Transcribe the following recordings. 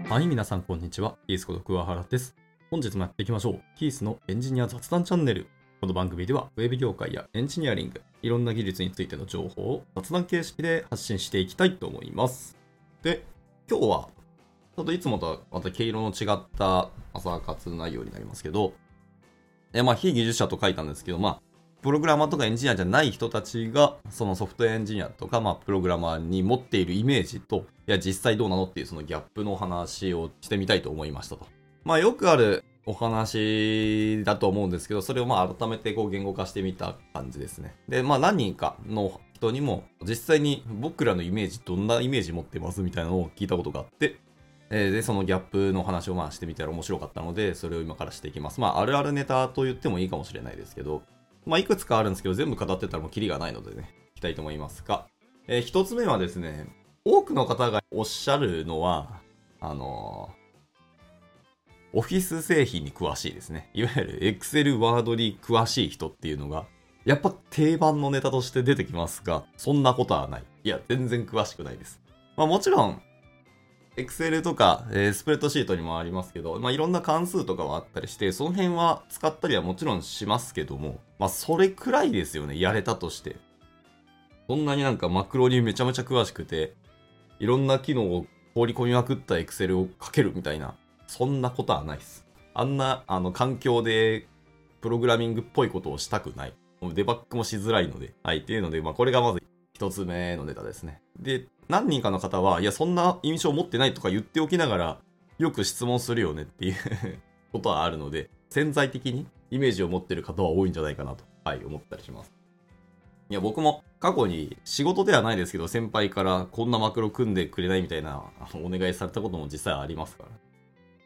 はい、皆さんこんにちは。キースこと桑原です。本日もやっていきましょう。キースのエンジニア雑談チャンネル。この番組では、ウェブ業界やエンジニアリング、いろんな技術についての情報を雑談形式で発信していきたいと思います。で、今日は、ちょっといつもとはまた毛色の違った朝活内容になりますけど、非技術者と書いたんですけど、プログラマーとかエンジニアじゃない人たちが、そのソフトウェアエンジニアとか、プログラマーに持っているイメージと、いや、実際どうなのっていうそのギャップの話をしてみたいと思いましたと。よくあるお話だと思うんですけど、それを改めて言語化してみた感じですね。で、何人かの人にも、実際に僕らのイメージ、どんなイメージ持ってますみたいなのを聞いたことがあって、で、そのギャップの話をしてみたら面白かったので、それを今からしていきます。あるあるネタと言ってもいいかもしれないですけど、いくつかあるんですけど、全部語ってたらもうキリがないのでね、いきたいと思いますが、一つ目はですね、多くの方がおっしゃるのは、オフィス製品に詳しいですね。いわゆる Excel、Word に詳しい人っていうのが、やっぱ定番のネタとして出てきますが、そんなことはない。いや、全然詳しくないです。もちろん、Excel とか、スプレッドシートにもありますけど、いろんな関数とかはあったりして、その辺は使ったりはもちろんしますけども、それくらいですよね、やれたとして。そんなにマクロにめちゃめちゃ詳しくて、いろんな機能を放り込みまくった Excel をかけるみたいな、そんなことはないです。あんな、環境で、プログラミングっぽいことをしたくない。もうデバッグもしづらいので、はい、っていうので、これがまず一つ目のネタですね。で、何人かの方は、いや、そんな印象を持ってないとか言っておきながら、よく質問するよねっていうことはあるので、潜在的にイメージを持ってる方は多いんじゃないかなと、思ったりします。いや、僕も過去に仕事ではないですけど、先輩からこんなマクロ組んでくれないみたいなお願いされたことも実際ありますから。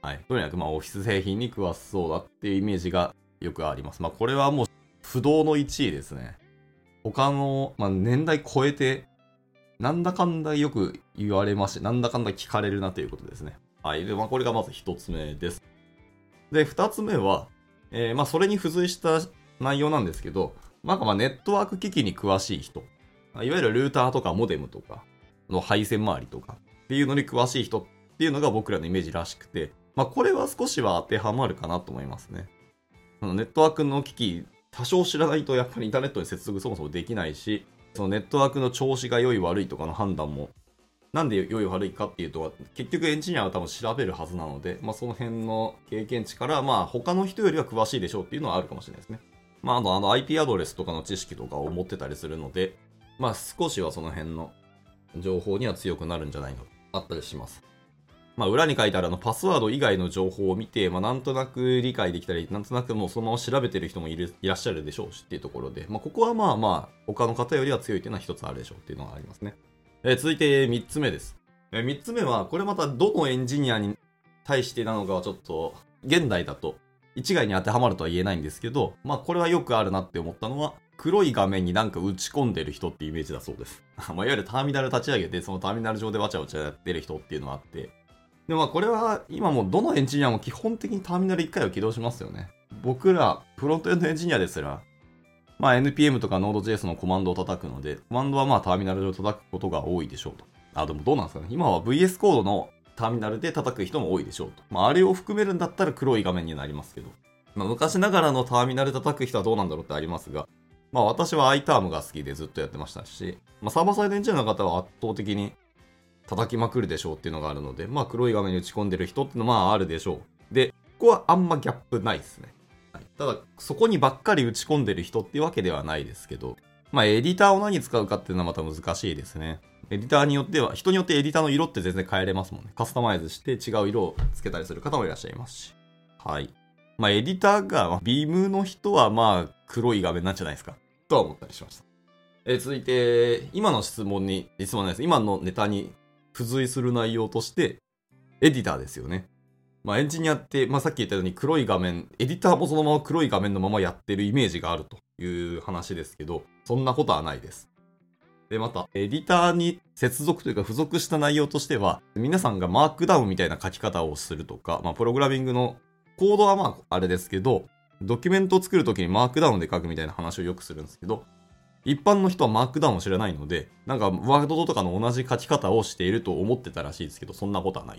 はい。とにかくオフィス製品に詳しそうだっていうイメージがよくあります。これはもう不動の1位ですね。他の、年代超えて、なんだかんだよく言われまして、なんだかんだ聞かれるなということですね。はい。で、これがまず一つ目です。で、二つ目は、それに付随した内容なんですけど、ネットワーク機器に詳しい人。いわゆるルーターとかモデムとかの配線周りとかっていうのに詳しい人っていうのが僕らのイメージらしくて、これは少しは当てはまるかなと思いますね。ネットワークの機器、多少知らないとやっぱりインターネットに接続そもそもできないし、そのネットワークの調子が良い悪いとかの判断も、なんで良い悪いかっていうと、結局エンジニアは多分調べるはずなので、その辺の経験値から、他の人よりは詳しいでしょうっていうのはあるかもしれないですね。IP アドレスとかの知識とかを持ってたりするので、少しはその辺の情報には強くなるんじゃないのあったりします。裏に書いてあるパスワード以外の情報を見て、なんとなく理解できたり、なんとなくもうそのまま調べてる人もいらっしゃるでしょうしっていうところで、ここは他の方よりは強いっていうのは一つあるでしょうっていうのがありますね。続いて3つ目です。3つ目は、これまたどのエンジニアに対してなのかはちょっと、現代だと一概に当てはまるとは言えないんですけど、これはよくあるなって思ったのは、黒い画面に打ち込んでる人っていうイメージだそうです。いわゆるターミナル立ち上げて、そのターミナル上でわちゃわちゃやってる人っていうのがあって、でこれは今もうどのエンジニアも基本的にターミナル1回は起動しますよね。僕ら、フロントエンドエンジニアですら、NPM とか Node.js のコマンドを叩くので、コマンドはターミナルで叩くことが多いでしょうと。でもどうなんですかね。今は VS コードのターミナルで叩く人も多いでしょうと。あれを含めるんだったら黒い画面になりますけど。昔ながらのターミナルで叩く人はどうなんだろうってありますが、私は iTerm が好きでずっとやってましたし、サーバーサイドエンジニアの方は圧倒的に叩きまくるでしょうっていうのがあるので、黒い画面に打ち込んでる人っていうのはあるでしょう。で、ここはあんまギャップないですね。ただ、そこにばっかり打ち込んでる人っていうわけではないですけど、エディターを何使うかっていうのはまた難しいですね。エディターによっては、人によってエディターの色って全然変えれますもんね。カスタマイズして違う色をつけたりする方もいらっしゃいますし。はい。エディターが、ビームの人は黒い画面なんじゃないですか。とは思ったりしました。続いて、今の質問ないです。今のネタに付随する内容として、エディターですよね。エンジニアって、さっき言ったように黒い画面、エディターもそのまま黒い画面のままやってるイメージがあるという話ですけど、そんなことはないです。で、また、エディターに接続というか付属した内容としては、皆さんがマークダウンみたいな書き方をするとか、プログラミングのコードはあれですけど、ドキュメントを作るときにマークダウンで書くみたいな話をよくするんですけど、一般の人はマークダウンを知らないので、ワードとかの同じ書き方をしていると思ってたらしいですけど、そんなことはない。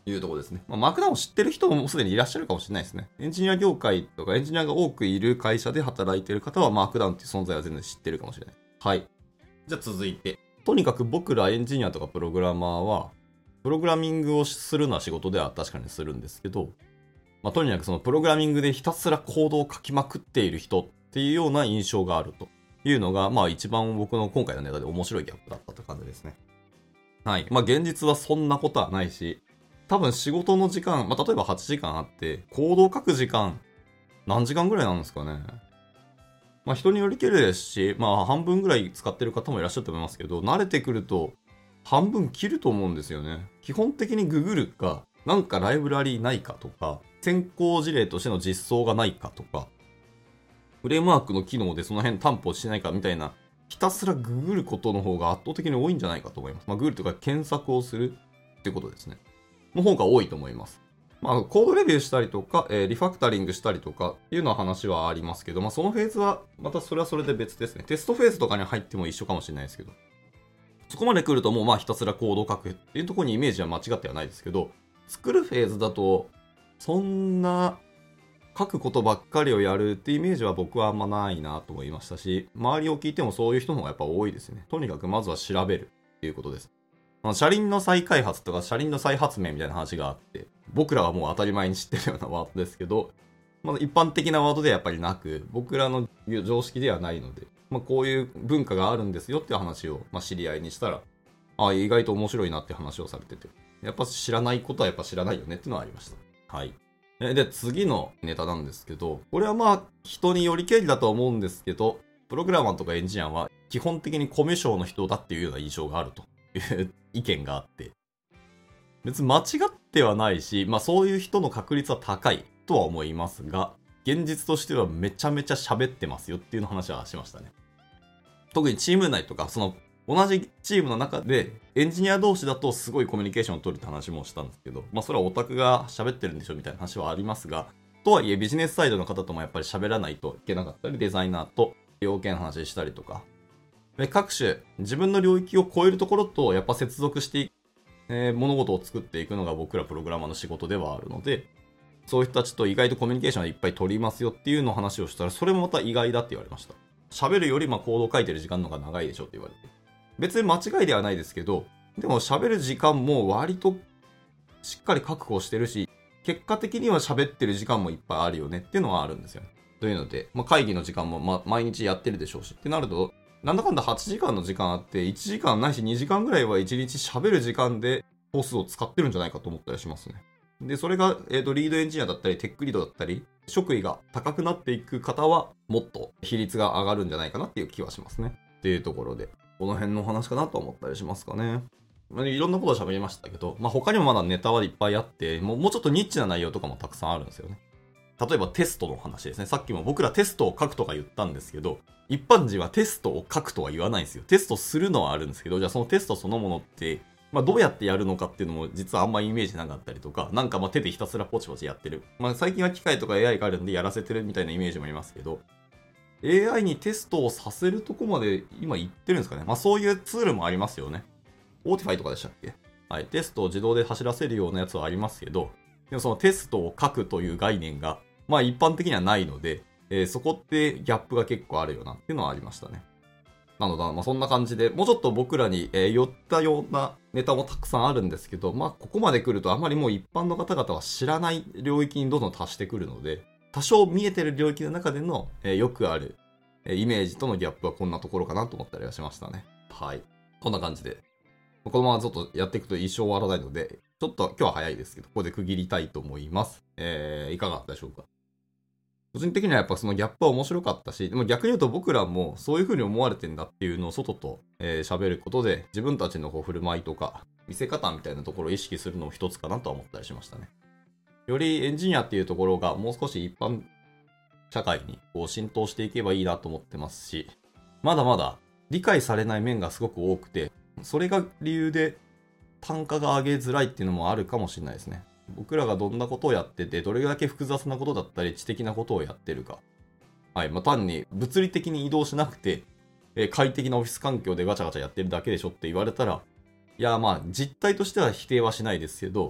いうところですね。マークダウンを知ってる人ももうすでにいらっしゃるかもしれないですね。エンジニア業界とかエンジニアが多くいる会社で働いている方はマークダウンっていう存在は全然知ってるかもしれない。はい。じゃあ続いて。とにかく僕らエンジニアとかプログラマーは、プログラミングをするのは仕事では確かにするんですけど、とにかくそのプログラミングでひたすらコードを書きまくっている人っていうような印象があるというのが、一番僕の今回のネタで面白いギャップだったって感じですね。はい。現実はそんなことはないし、多分仕事の時間、例えば8時間あって、コードを書く時間、何時間ぐらいなんですかね。人によりけりですし、半分ぐらい使ってる方もいらっしゃると思いますけど、慣れてくると半分切ると思うんですよね。基本的にググるか、なんかライブラリーないかとか、先行事例としての実装がないかとか、フレームワークの機能でその辺担保してないかみたいな、ひたすらググることの方が圧倒的に多いんじゃないかと思います。ググるというか検索をするっていうことですね。の方が多いと思います。コードレビューしたりとか、リファクタリングしたりとかっていうのは話はありますけど、そのフェーズはまたそれはそれで別ですね。テストフェーズとかに入っても一緒かもしれないですけど、そこまで来るともうひたすらコードを書くっていうところにイメージは間違ってはないですけど、作るフェーズだとそんな書くことばっかりをやるってイメージは僕はあんまないなと思いましたし、周りを聞いてもそういう人の方がやっぱ多いですね。とにかくまずは調べるっていうことです。車輪の再開発とか車輪の再発明みたいな話があって、僕らはもう当たり前に知ってるようなワードですけど、一般的なワードではやっぱりなく、僕らの常識ではないので、こういう文化があるんですよっていう話を、知り合いにしたら、意外と面白いなって話をされてて、やっぱ知らないことはやっぱ知らないよねっていうのはありました。はい。で、次のネタなんですけど、これは人によりけりだと思うんですけど、プログラマーとかエンジニアは基本的にコミュ障の人だっていうような印象があるという意見があって、別に間違ってはないし、そういう人の確率は高いとは思いますが、現実としてはめちゃめちゃ喋ってますよっていうの話はしましたね。特にチーム内とか、その同じチームの中でエンジニア同士だとすごいコミュニケーションを取るって話もしたんですけど、それはオタクが喋ってるんでしょみたいな話はありますが、とはいえビジネスサイドの方ともやっぱり喋らないといけなかったり、デザイナーと要件の話したりとか、各種自分の領域を超えるところとやっぱ接続していく、物事を作っていくのが僕らプログラマーの仕事ではあるので、そういう人たちと意外とコミュニケーションがいっぱい取りますよっていうのを話をしたら、それもまた意外だって言われました。喋るよりコードを書いてる時間の方が長いでしょって言われて。別に間違いではないですけど、でも喋る時間も割としっかり確保してるし、結果的には喋ってる時間もいっぱいあるよねっていうのはあるんですよね。というので、会議の時間も毎日やってるでしょうし、ってなると、なんだかんだ8時間の時間あって、1時間ないし2時間ぐらいは1日喋る時間でコースを使ってるんじゃないかと思ったりしますね。で、それが、リードエンジニアだったり、テックリードだったり、職位が高くなっていく方は、もっと比率が上がるんじゃないかなっていう気はしますね。っていうところで、この辺のお話かなと思ったりしますかね。いろんなことを喋りましたけど、他にもまだネタはいっぱいあって、もうちょっとニッチな内容とかもたくさんあるんですよね。例えばテストの話ですね。さっきも僕らテストを書くとか言ったんですけど、一般人はテストを書くとは言わないんですよ。テストするのはあるんですけど、じゃあそのテストそのものって、どうやってやるのかっていうのも実はあんまイメージなかったりとか、なんか手でひたすらポチポチやってる。最近は機械とか AI があるんでやらせてるみたいなイメージもありますけど、AI にテストをさせるとこまで今言ってるんですかね。そういうツールもありますよね。オーティファイとかでしたっけ？はい。テストを自動で走らせるようなやつはありますけど、でもそのテストを書くという概念が、一般的にはないので、そこってギャップが結構あるよなっていうのはありましたね。なので、そんな感じで、もうちょっと僕らに、寄ったようなネタもたくさんあるんですけど、ここまで来るとあまりもう一般の方々は知らない領域にどんどん達してくるので、多少見えてる領域の中での、よくある、イメージとのギャップはこんなところかなと思ったりはしましたね。はい。こんな感じで。このままちょっとやっていくと一生終わらないので、ちょっと今日は早いですけど、ここで区切りたいと思います。いかがだったでしょうか？個人的にはやっぱそのギャップは面白かったし、でも逆に言うと僕らもそういう風に思われてんだっていうのを外と喋ることで、自分たちの振る舞いとか見せ方みたいなところを意識するのも一つかなとは思ったりしましたね。よりエンジニアっていうところがもう少し一般社会に浸透していけばいいなと思ってますし、まだまだ理解されない面がすごく多くて、それが理由で単価が上げづらいっていうのもあるかもしれないですね。僕らがどんなことをやってて、どれだけ複雑なことだったり知的なことをやってるか。はい。単に物理的に移動しなくて、快適なオフィス環境でガチャガチャやってるだけでしょって言われたら、いや実態としては否定はしないですけど、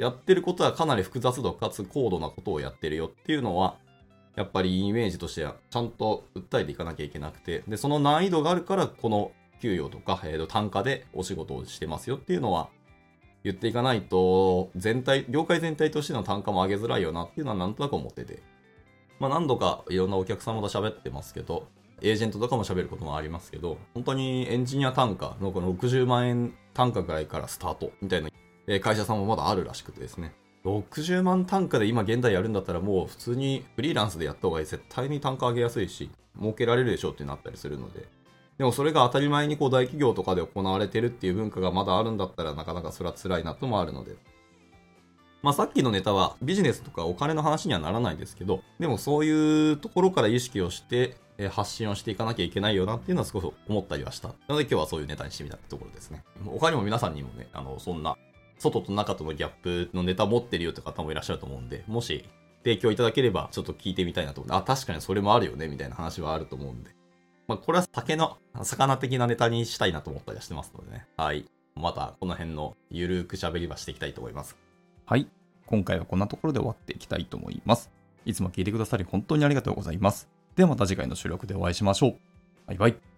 やってることはかなり複雑度かつ高度なことをやってるよっていうのは、やっぱりイメージとしてはちゃんと訴えていかなきゃいけなくて、で、その難易度があるから、この給与とか、単価でお仕事をしてますよっていうのは、言っていかないと、業界全体としての単価も上げづらいよなっていうのはなんとなく思ってて。何度かいろんなお客様と喋ってますけど、エージェントとかも喋ることもありますけど、本当にエンジニア単価のこの60万円単価ぐらいからスタートみたいな会社さんもまだあるらしくてですね。60万単価で今現代やるんだったらもう普通にフリーランスでやった方がいい。絶対に単価上げやすいし、儲けられるでしょってなったりするので。でもそれが当たり前に大企業とかで行われてるっていう文化がまだあるんだったらなかなかそれは辛いなともあるので。さっきのネタはビジネスとかお金の話にはならないですけど、でもそういうところから意識をして発信をしていかなきゃいけないよなっていうのは少し思ったりはした。なので今日はそういうネタにしてみたってところですね。他にも皆さんにもね、そんな外と中とのギャップのネタ持ってるよって方もいらっしゃると思うんで、もし提供いただければちょっと聞いてみたいなと思って、確かにそれもあるよねみたいな話はあると思うんで。これは魚的なネタにしたいなと思ったりはしてますのでね。はい。またこの辺のゆるーく喋りはしていきたいと思います。 はい。今回はこんなところで終わっていきたいと思います。いつも聞いてくださり本当にありがとうございます。ではまた次回の収録でお会いしましょう。バイバイ。